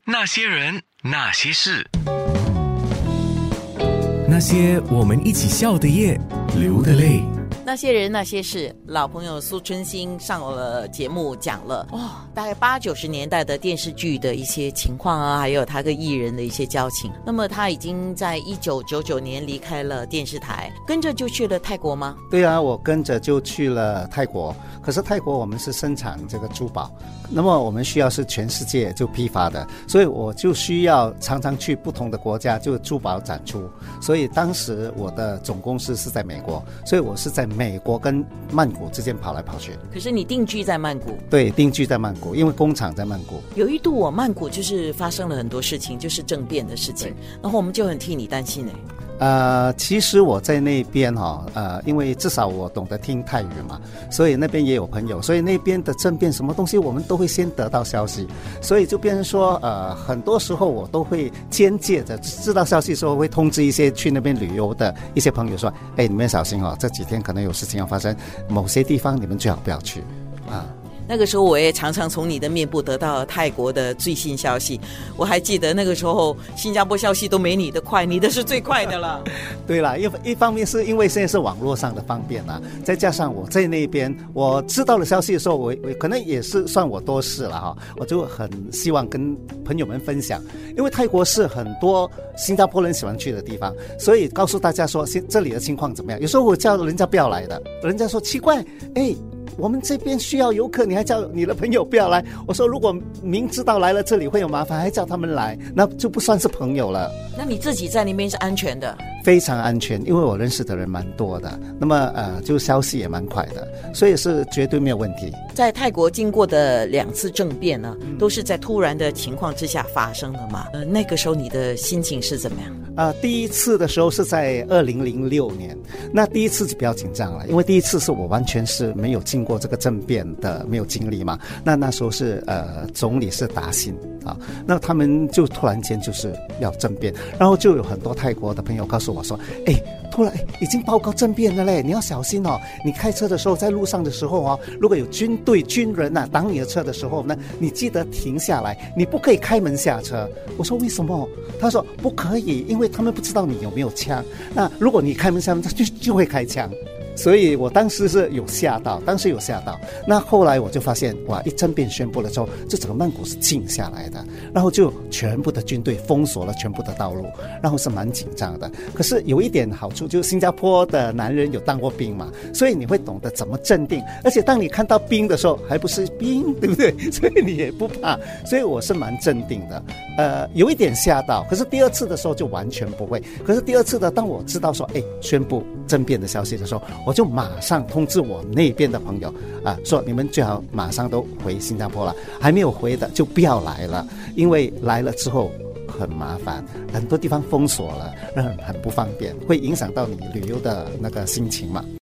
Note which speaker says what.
Speaker 1: 那些人，那些事，
Speaker 2: 那些我们一起笑的夜，流的泪。
Speaker 3: 那些人那些事，老朋友苏春兴上了节目讲了大概80-90年代的电视剧的一些情况啊，还有他跟艺人的一些交情。那么他已经在1999年离开了电视台，跟着就去了泰国吗？
Speaker 4: 对啊，我跟着就去了泰国。可是泰国我们是生产这个珠宝，那么我们需要是全世界就批发的，所以我就需要常常去不同的国家就珠宝展出。所以当时我的总公司是在美国，所以我是在美国跟曼谷之间跑来跑去。
Speaker 3: 可是你定居在曼谷？
Speaker 4: 对，定居在曼谷，因为工厂在曼谷。
Speaker 3: 有一度曼谷就是发生了很多事情，就是政变的事情，然后我们就很替你担心
Speaker 4: 其实我在那边因为至少我懂得听泰语嘛，所以那边也有朋友，所以那边的政变什么东西我们都会先得到消息，所以就变成说很多时候我都会间接的知道消息的时候会通知一些去那边旅游的一些朋友说，你们小心这几天可能有事情要发生，某些地方你们最好不要去
Speaker 3: 那个时候我也常常从你的面部得到泰国的最新消息。我还记得那个时候新加坡消息都没你的快，你的是最快的了。
Speaker 4: 对啦，一方面是因为现在是网络上的方便啦，再加上我在那边我知道了消息的时候，我可能也是算我多事了我就很希望跟朋友们分享，因为泰国是很多新加坡人喜欢去的地方，所以告诉大家说这里的情况怎么样。有时候我叫人家不要来的，人家说奇怪，我们这边需要游客，你还叫你的朋友不要来。我说如果明知道来了这里会有麻烦还叫他们来，那就不算是朋友了。
Speaker 3: 那你自己在那边是安全的？
Speaker 4: 非常安全，因为我认识的人蛮多的，那么就消息也蛮快的，所以是绝对没有问题。
Speaker 3: 在泰国经过的2次政变呢，都是在突然的情况之下发生的嘛。那个时候你的心情是怎么样？
Speaker 4: 第一次的时候是在2006年，那第一次就比较紧张了，因为第一次是我完全是没有经过这个政变的，没有经历嘛。那时候是总理是达信那他们就突然间就是要政变，然后就有很多泰国的朋友告诉我说，突然已经报告政变了嘞，你要小心你开车的时候在路上的时候如果有军人挡你的车的时候呢，你记得停下来，你不可以开门下车。我说为什么？他说不可以，因为他们不知道你有没有枪，那如果你开门下门，他就会开枪。所以我当时是有吓到，那后来我就发现一政变宣布了之后，这整个曼谷是静下来的，然后就全部的军队封锁了全部的道路，然后是蛮紧张的。可是有一点好处，就是新加坡的男人有当过兵嘛，所以你会懂得怎么镇定，而且当你看到兵的时候还不是兵，对不对？所以你也不怕，所以我是蛮镇定的。有一点吓到，可是第二次的时候就完全不会。可是第二次的当我知道说宣布政变的消息的时候，我就马上通知我那边的朋友说你们最好马上都回新加坡了，还没有回的就不要来了，因为来了之后很麻烦，很多地方封锁了，很不方便，会影响到你旅游的那个心情嘛。